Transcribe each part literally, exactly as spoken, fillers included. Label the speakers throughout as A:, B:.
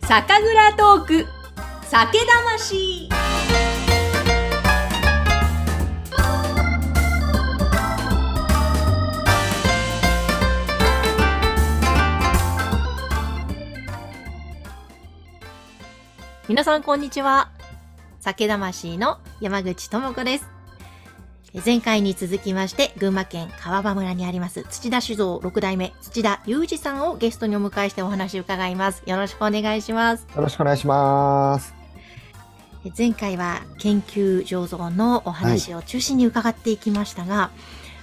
A: 酒蔵トーク酒魂。皆さんこんにちは。酒魂の山口智子です。前回に続きまして群馬県川場村にあります土田酒造ろく代目土田裕二さんをゲストにお迎えしてお話を伺います。よろしくお願いします。
B: よろしくお願いします。
A: 前回は研究醸造のお話を中心に伺っていきましたが、はい、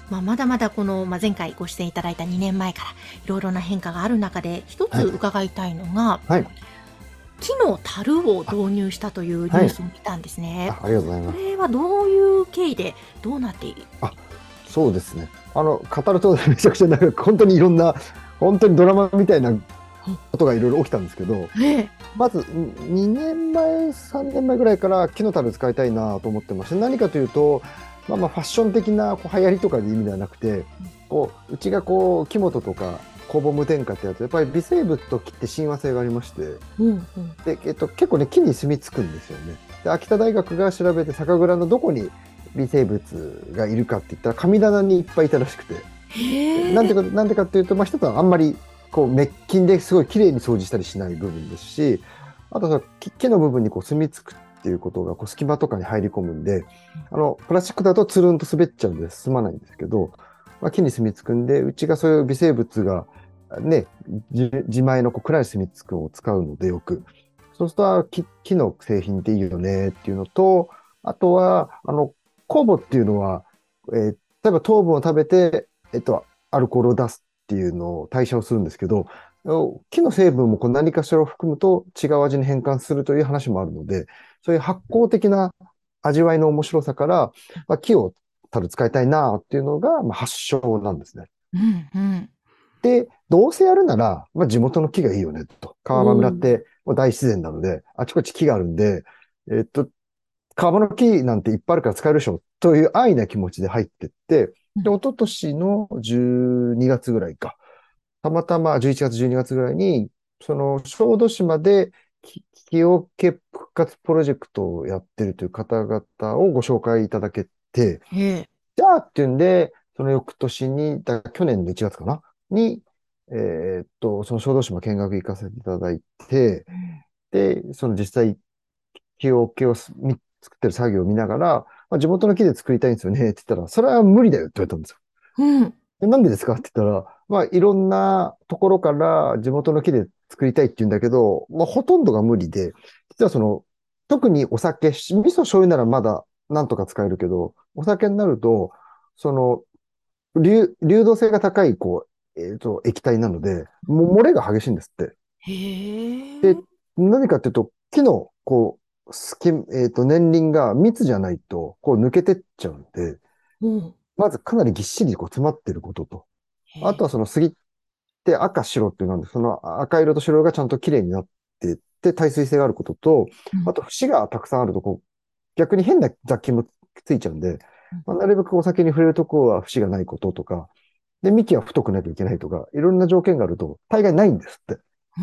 A: まあ、まだまだこの、まあ、前回ご出演いただいたにねんまえからいろいろな変化がある中で一つ伺いたいのが、はいはい、木の樽を導入したというニュースを見たんですね。
B: はい、あ, ありがとうございます。
A: これはどういう経緯でどうなっている？
B: あ、そうですね。あの語るとめちゃくちゃなんか本当にいろんな本当にドラマみたいなことがいろいろ起きたんですけど、まずにねんまえさんねんまえぐらいから木の樽使いたいなと思ってまして、何かというと、まあ、まあファッション的なこう流行りとかで意味ではなくて、こううちがこう木本とか工房無添加ってやつ、やっぱり微生物と木って親和性がありまして、うんうん、でえっと、結構ね木に住み着くんですよね。で秋田大学が調べて酒蔵のどこに微生物がいるかって言ったら神棚にいっぱいいたらしくて、なんでかなんでかっていうと、まあ、一つはあんまりこう滅菌ですごいきれいに掃除したりしない部分ですし、あとは木の部分にこう住み着くっていうことがこう隙間とかに入り込むんで、あのプラスチックだとつるんと滑っちゃうんで進まないんですけど、まあ、木に住み着くんで、うちがそういう微生物がね、自前のこう暗い住み着くを使うのでよく、そうすると 木, 木の製品っていいよねっていうのと、あとはあの酵母っていうのは、えー、例えば糖分を食べて、えっと、アルコールを出すっていうのを代謝をするんですけど、木の成分もこう何かしらを含むと違う味に変換するという話もあるので、そういう発酵的な味わいの面白さから、まあ、木を樽使いたいなっていうのが、まあ、発祥なんですね。
A: うんうん、
B: で、どうせやるなら、まあ、地元の木がいいよねと。川場村ってもう大自然なので、あちこち木があるんで、えっと、川場の木なんていっぱいあるから使えるでしょという安易な気持ちで入ってって、で、一昨年のじゅうにがつぐらいか、たまたまじゅういちがつ、じゅうにがつぐらいに、その小豆島で木桶復活プロジェクトをやってるという方々をご紹介いただけて、じゃあっていうんで、その翌年に、だ去年のいちがつかなに、えー、っと、その小豆島見学行かせていただいて、で、その実際、木桶を作ってる作業を見ながら、まあ、地元の木で作りたいんですよねって言ったら、それは無理だよって言われたんですよ。うん、でなんでですかって言ったら、まあ、いろんなところから地元の木で作りたいって言うんだけど、まあ、ほとんどが無理で、実はその、特にお酒、味噌醤油ならまだなんとか使えるけど、お酒になると、その、流、流動性が高い、こう、えっと、液体なので、もう漏れが激しいんですって。
A: へ
B: で、何かっていうと、木の、こう、すき、えっと、年輪が密じゃないと、こう抜けてっちゃうんで、うん、まずかなりぎっしりこう詰まってることと、あとはその杉って赤白っていうのなんで、その赤色と白がちゃんと綺麗になっていって、耐水性があることと、あと節がたくさんあると、こう、逆に変な雑菌もついちゃうんで、まあ、なるべくお酒に触れるところは節がないこととか、で、幹は太くなきゃいけないとか、いろんな条件があると、大概ないんですって。うん、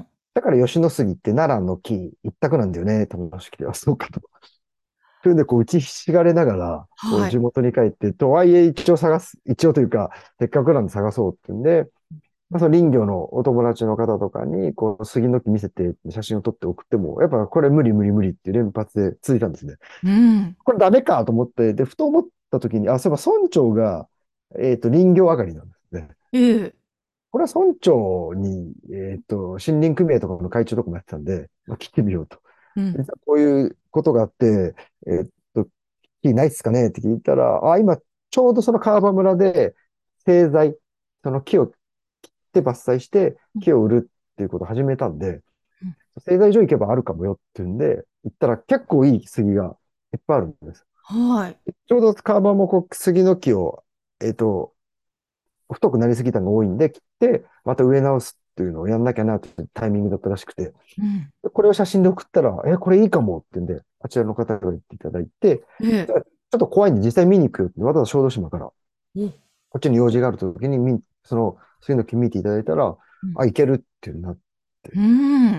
B: だから吉野杉って奈良の木一択なんだよね、と話してきて、あ、そうかと。それでこう打ちひしがれながら、こう地元に帰って、はい、とはいえ一応探す、一応というか、せっかくなんで探そうってんで、まあ、その林業のお友達の方とかに、こう杉の木見せて写真を撮って送っても、やっぱこれ無理無理無理っていう連発で続いたんですね。うん、これダメかと思って、で、ふと思った時に、あ、そういえば村長が、えっと、林業上がりなんですね。えーこれは村長に、えっと、森林組合とかの会長とかもやってたんで、まあ、切ってみようと。うん、こういうことがあって、えっと、木ないっすかねって聞いたら、あ、今、ちょうどその川場村で、製材、その木を切って伐採して木を売るっていうことを始めたんで、うん、製材所行けばあるかもよっていうんで、行ったら結構いい杉がいっぱいあるんです。はい。ちょうど川場もこう杉の木を、えっと、太くなりすぎたのが多いんで、切って、また植え直すっていうのをやんなきゃなってタイミングだったらしくて、うん、これを写真で送ったら、え、これいいかもってんで、あちらの方が言っていただいて、ええ、ちょっと怖いんで実際見に行くよって、わざわざ小豆島から、うん、こっちに用事があるときにみ、その、そういうの見ていただいたら、うん、あ、いけるっていうなって。うん、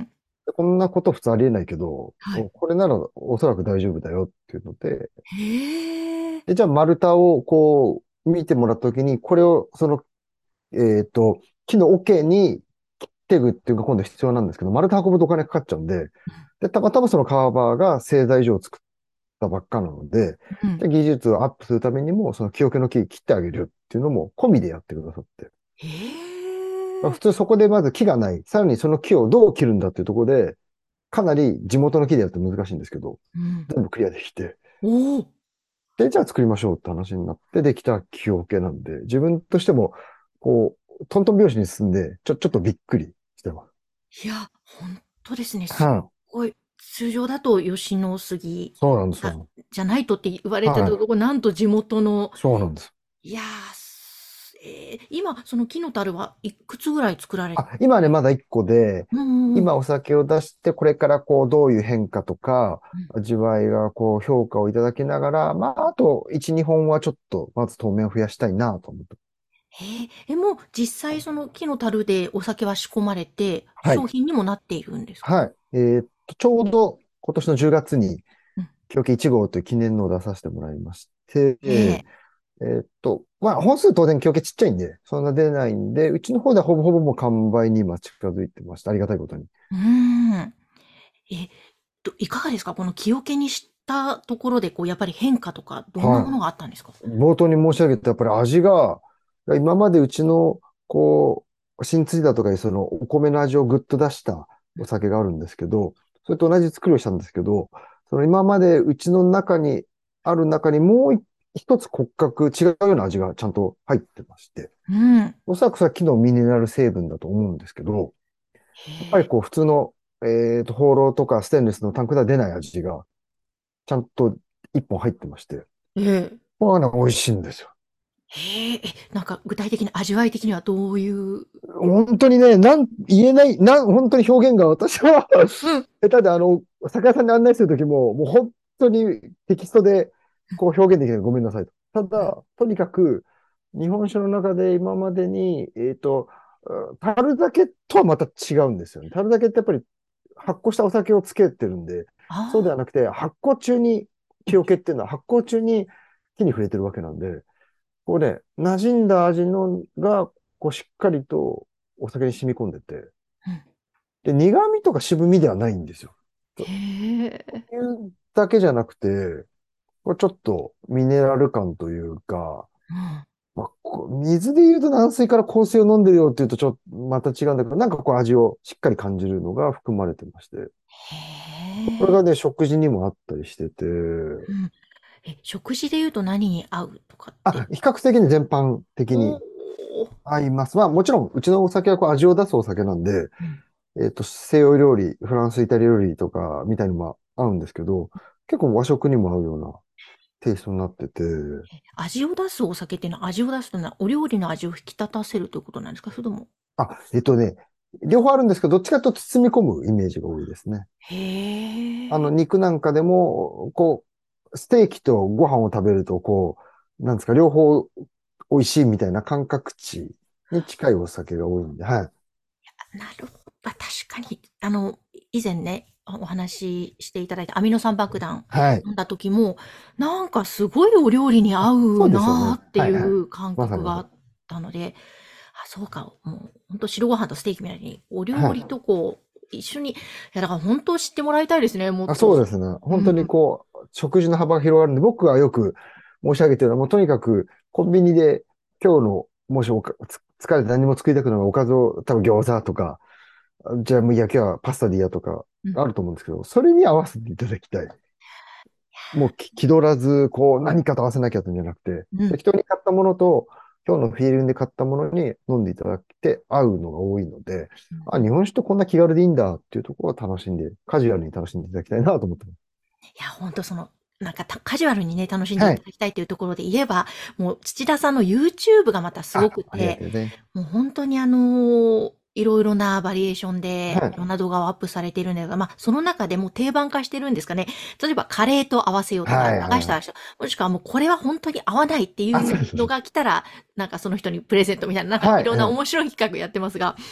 B: こんなこと普通ありえないけど、
A: はい。
B: これならおそらく大丈夫だよっていうので、
A: へえ。
B: で、じゃあ丸太をこう見てもらったときに、これをその、えっと、木の桶に切っていくっていうか今度必要なんですけど、丸太運ぶとお金かかっちゃうんで、で、たまたまそのカーバーが製材所を作ったばっかなので、
A: うん。
B: で技術をアップするためにも、その木桶の木切ってあげるっていうのも込みでやってくださって。
A: へ
B: まあ普
A: え。
B: 通そこでまず木がない。さらにその木をどう切るんだっていうところで、かなり地元の木でやると難しいんですけど、
A: うん。
B: 全部クリアできて、
A: おお。
B: で、じゃあ作りましょうって話になってできた木桶なんで、自分としても、こう、トントン拍子に進んで、ちょ、ちょっとびっくりしてます。
A: いや、本当ですね。すっ
B: はい。
A: ごい。通常だと吉野杉
B: そうなんです
A: が
B: よ。
A: じゃないとって言われてた
B: はい。
A: ところ、なんと地元の、
B: そうなんです。
A: いやー、すえー今、その木の樽はいくつぐらい作られ
B: あ、今ね、まだいっこで、
A: うんうんうん。
B: 今お酒を出して、これからこう、どういう変化とか、
A: うん。
B: 味わいがこう、評価をいただきながら、まあ、あといち、にほんはちょっと、まず当面増やしたいなと思って。
A: へえ、え、もう実際その木の樽でお酒は仕込まれて、
B: はい。
A: 商品にもなっているんですか？
B: はい。えーっと、ちょうど今年のじゅうがつに、
A: うん。
B: 狂気いち号という記念のを出させてもらいまして、
A: ええ。
B: えーっと、まあ、本数当然狂気ちっちゃいんで、そんな出ないんで、うちの方ではほぼほぼもう完売に今近づいてました。ありがたいことに。
A: うーん。えっと、いかがですか？この木桶にしたところで、こうやっぱり変化とか、どんなも
B: は
A: のがあったんですか？
B: い。冒頭に申し上げた、やっぱり味が、今までうちの、こう、新継ぎだとかいうそのお米の味をぐっと出したお酒があるんですけど、それと同じ作りをしたんですけど、その今までうちの中に、ある中にもう一一つ骨格、違うような味がちゃんと入ってまして、
A: うん。
B: おそらくさっきのミネラル成分だと思うんですけど、やっぱ
A: へえ。
B: りこう普通の、えっと、ホーローとかステンレスのタンクでは出ない味が、ちゃんと一本入ってまして、
A: ええ。
B: まあね、美味しいんですよ。
A: へえ、え、なんか具体的に味わい的にはどういう
B: 本当にね、なん、言えない、なん、本当に表現が私は
A: うん。
B: 下手で、あの、酒屋さんに案内するときも、もう本当にテキストでこう表現できないごめんなさいと。ただ、とにかく、日本酒の中で今までに、えっと、うん樽酒とはまた違うんですよね。樽酒ってやっぱり発酵したお酒をつけてるんで、そうでは
A: あ
B: なくて、発酵中に木桶っていうのは発酵中に木に触れてるわけなんで、こうね、馴染んだ味のが、こうしっかりとお酒に染み込んでて、
A: あ、うん。
B: で、苦味とか渋みではないんですよ。と
A: へえ。
B: いうだけじゃなくて、これちょっとミネラル感というか、
A: うん。
B: まあ、こう水で言うと軟水から硬水を飲んでるよっていうとちょっとまた違うんだけど、なんかこう味をしっかり感じるのが含まれてまして、これ
A: へえ。
B: がね、食事にもあったりしてて、
A: うん。え、食事で言うと何に合うとかって。
B: あ、比較的に全般的
A: お
B: に
A: お。
B: 合います。まあもちろん、うちのお酒はこう味を出すお酒なんで、
A: うん。
B: えっと、西洋料理、フランス、イタリア料理とかみたいのも合うんですけど、結構和食にも合うようなテイストになってて、
A: 味を出すお酒っていうのは、味を出すというのは、お料理の味を引き立たせるということなんですか？それとも。
B: あ、えっとね、両方あるんですけど、どっちかというと包み込むイメージが多いですね。あの、
A: へえ。
B: 肉なんかでも、こう、ステーキとご飯を食べると、こう、なんですか、両方美味しいみたいな感覚値に近いお酒が多いんで、はい。
A: なるほど。あ、確かに、あの、以前ね、お話ししていただいたアミノ酸爆弾
B: はい。
A: 飲んだ時も、なんかすごいお料理に合
B: あ、そ
A: う
B: うですよね。
A: なってい
B: はいはい。
A: う感
B: まさにまさに。
A: 覚があったので、あ、そうか、もう本当白ご飯とステーキみたいに、お料理
B: はい。
A: とこう、一緒に、いや、だから本当知ってもらいたいですね、もっ
B: あ、
A: と。
B: そうですね。本当
A: うん。
B: にこう、食事の幅が広がるんで、僕がよく申し上げてるのは、もうとにかくコンビニで今日の、もしおかつ疲れて何も作りたくないおかずを、多分餃子とか、じゃあもういや、今日はパスタでいいやとか、
A: うん。
B: あると思うんですけど、それに合わせていただきたい。もうき気取らず、こう、何かと合わせなきゃってんじゃなくて、
A: うん。
B: 適当に買ったものと、今日のフィーリングで買ったものに飲んでいただいて合うのが多いので、あ、
A: うんうん。
B: 日本酒ってこんな気軽でいいんだっていうところを楽しんで、カジュアルに楽しんでいただきたいなと思ってます。
A: いや、ほんとその、なんかたカジュアルにね、楽しんでい
B: はい。
A: ただきたいというところで言えば、もう土田さんの YouTube がまたすご
B: あ、ありが
A: くて、
B: とうございます。
A: もうほんとにあの、いろいろなバリエーションで、
B: はい。
A: いろんな動画をアップされているんですが、ま、その中でも定番化してるんですかね。例えばカレーと合わせようとか、
B: はいはいはい。
A: 流したらしもしくはもうこれはほんとに合わないってい
B: あ、そう
A: うの
B: ですね。
A: が来たら、なんかその人にプレゼントみたいな、なんか
B: はい、
A: いろんな
B: はい。
A: 面白い企画やってますが、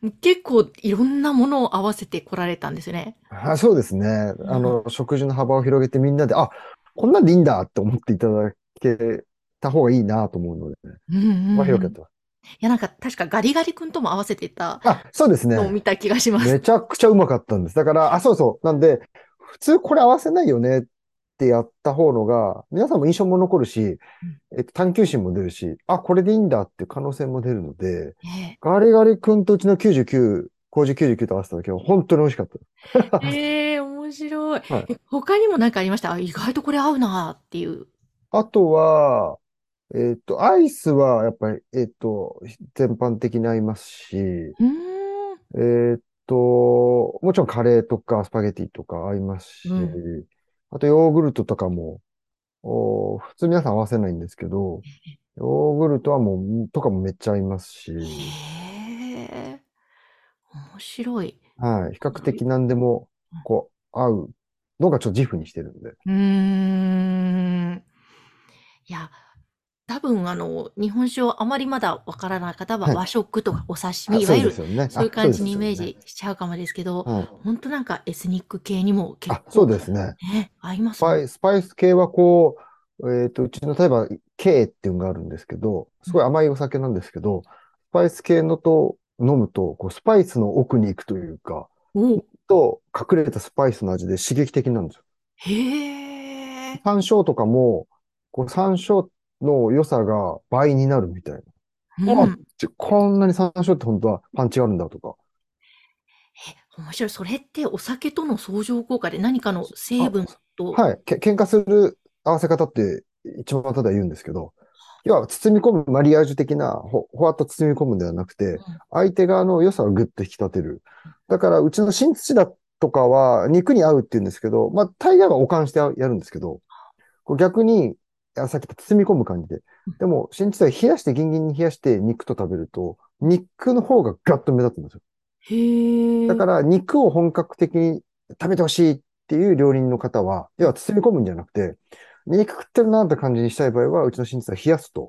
A: 結構いろんなものを合わせて来られたんですよね。
B: あ、そうですね。あの、食事の幅を広げてみんなで、あ、こんなんでいいんだって思っていただけた方がいいなと思うので、ね、
A: うんうんうん。い
B: 幅広くやってます。
A: や、なんか確かガリガリ君とも合わせてた
B: あ、そうですね。
A: のを見た気がします。
B: めちゃくちゃうまかったんです。だから、あ、そうそう。なんで、普通これ合わせないよねってやった方のが、皆さんも印象も残るし、
A: うん。
B: えっと、探求心も出るし、あ、これでいいんだっていう可能性も出るので、
A: え
B: ガリガリ君とうちのきゅうじゅうきゅう、麹きゅうじゅうきゅうと合わせた時は本当に美味しかったで
A: え、
B: す。
A: ええ、面白い。
B: はい。
A: え、他にも何かありました？あ、意外とこれ合うなっていう。
B: あとは、えっと、アイスはやっぱり、えっと、全般的に合いますし、
A: うーん。
B: えっと、もちろんカレーとかスパゲティとか合いますし、
A: うん。
B: あとヨーグルトとかも、お普通皆さん合わせないんですけど、ヨーグルトはもう、とかもめっちゃ合いますし、
A: へえ、面白い。
B: はい。比較
A: そういう。
B: 的何でも、こう、合うのがちょっと自負にしてるんで。
A: うーん。いや、多分あの、日本酒をあまりまだわからない方は
B: はい。
A: 和食とかお刺
B: あ、
A: 身、いわ
B: そう
A: ゆる
B: ですよね。あ、そうで
A: そういう感じにイ
B: すよね。
A: メージしちゃうかもですけど、
B: はい。
A: ほんとなんかエスニック系にも結
B: あ、そう
A: 構
B: ですね。
A: ね、合いますもん。
B: スパイ、スパイス系はこう、えっと、うちの例えば、K っていうのがあるんですけど、すごい甘いお酒なんですけど、スパイス系のと飲むと、こう、スパイスの奥に行くというか、
A: うん。お、
B: と隠れたスパイスの味で刺激的なんですよ。
A: へえ。
B: 山椒とかも、こう、山椒の良さが倍になるみたいな。あ、
A: うん。
B: ちこんなに山椒って本当はパンチがあるんだとか。
A: え、面白い。それってお酒との相乗効果で何かの成
B: あ、
A: 分と、
B: はい。け、喧嘩する合わせ方って一番ただ言うんですけど、要は包み込むマリアージュ的な、ほ、ほわっと包み込むんではなくて、相手側の良さをぐっと引き立てる。だから、うちの新土だとかは肉に合うって言うんですけど、まあ、大概は保管してやるんですけど、こう逆に、あさっき言った包み込む感じで。でも、新地は冷やして、ギンギンに冷やして肉と食べると、肉の方がガッと目立つんですよ。
A: へえ。
B: だから、肉を本格的に食べてほしいっていう料理人の方は、要は包み込むんじゃなくて、肉食ってるなって感じにしたい場合は、うちの新地は冷やすと、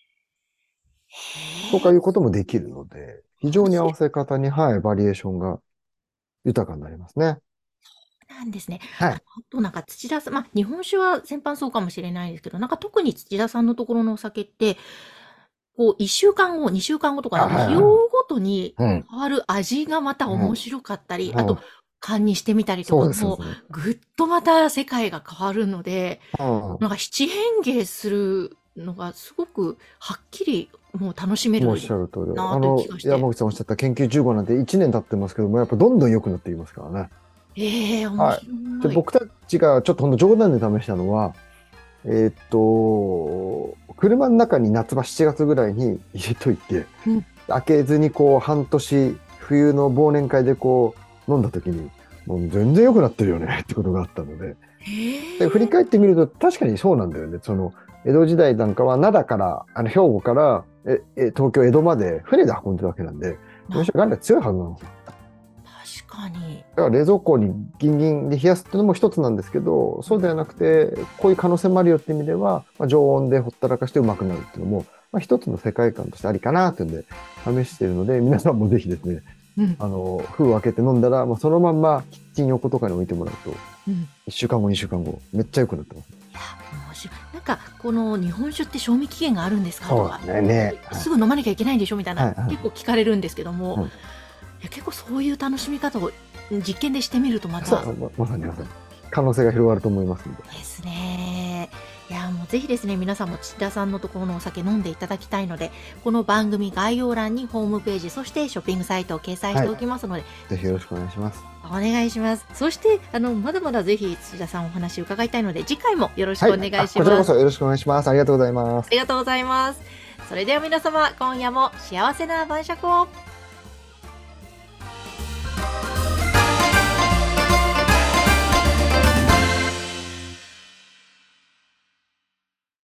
B: と
A: へえ、
B: かいうこともできるので、非常に合わ
A: 面白い。
B: せ方に、はい、バリエーションが豊かになりますね。
A: なんですね。あ、
B: はい。
A: あとなんか土田さん、まあ、日本酒は全般そうかもしれないですけど、なんか特に土田さんのところのお酒って、こういっしゅうかんご、にしゅうかんごとか
B: あ、
A: の日を
B: はい、
A: ごとに
B: はい。
A: 変わる味がまた
B: はい。
A: 面白かったり、あと
B: はい。
A: 缶にしてみたりと
B: そう
A: かも、
B: ですね。
A: ぐっとまた世界が変わるので、
B: は
A: なんか七変化するのがすごくはっきりもう楽しめ
B: い。おっ
A: る
B: しゃる通り。
A: なという気
B: あの、
A: がして。
B: 山口さんおっしゃった研究じゅうごなんていちねん経ってますけども、やっぱどんどん良くなっていますからね。
A: ええ、面
B: はい。で、
A: 白い。
B: 僕たちがちょっとほんと冗談で試したのは、えーっと、車の中に夏場しちがつぐらいに入れといて、
A: うん。
B: 開けずにこう半年、冬の忘年会でこう飲んだ時に、もう全然良くなってるよねってことがあったので、で、振り
A: へえ。
B: 返ってみると確かにそうなんだよね。その、江戸時代なんかは灘から、あの、兵庫から、え、え、東京、江戸まで船で運んでるわけなんで、むし
A: あ、
B: ろ元来強いはずなんですよ。
A: 確かに。
B: だから冷蔵庫にギンギンで冷やすっていうのも一つなんですけど、そうではなくて、こういう可能性もあるよって意味では、まあ、常温でほったらかしてうまくなるっていうのも、まあ、一つの世界観としてありかなっていうんで、試しているので、皆さんもぜひですね、
A: うん。
B: あの、封を開けて飲んだら、まあ、そのまんまキッチン横とかに置いてもらうと、
A: うん。
B: いっしゅうかんご、にしゅうかんご、めっちゃ良くなってます。
A: いや、面白い。なんか、この日本酒って賞味期限があるんですかとか、
B: そうだね。ね。はい。
A: すぐ飲まなきゃいけないんでしょみたいな、
B: はい。はい。
A: 結構聞かれるんですけども、
B: はい。
A: いや、結構そういう楽しみ方を実験でしてみるとまた
B: そう、ま、まさにまさに。可能性が広がると思いますんで。
A: ですね。いや、もうぜひですね、皆さんも千田さんのところのお酒飲んでいただきたいので、この番組概要欄にホームページ、そしてショッピングサイトを掲載し
B: はい。
A: ておきますので、
B: ぜひよろしくお願いします。
A: お願いします。そして、あの、まだまだぜひ土田さんお話伺いたいので、次回もよろし
B: はい。
A: くお願い
B: あ、
A: します。
B: こちらこそよろしくお願いします。ありがとうございます。
A: ありがとうございます。それでは皆様、今夜も幸せな晩酌を。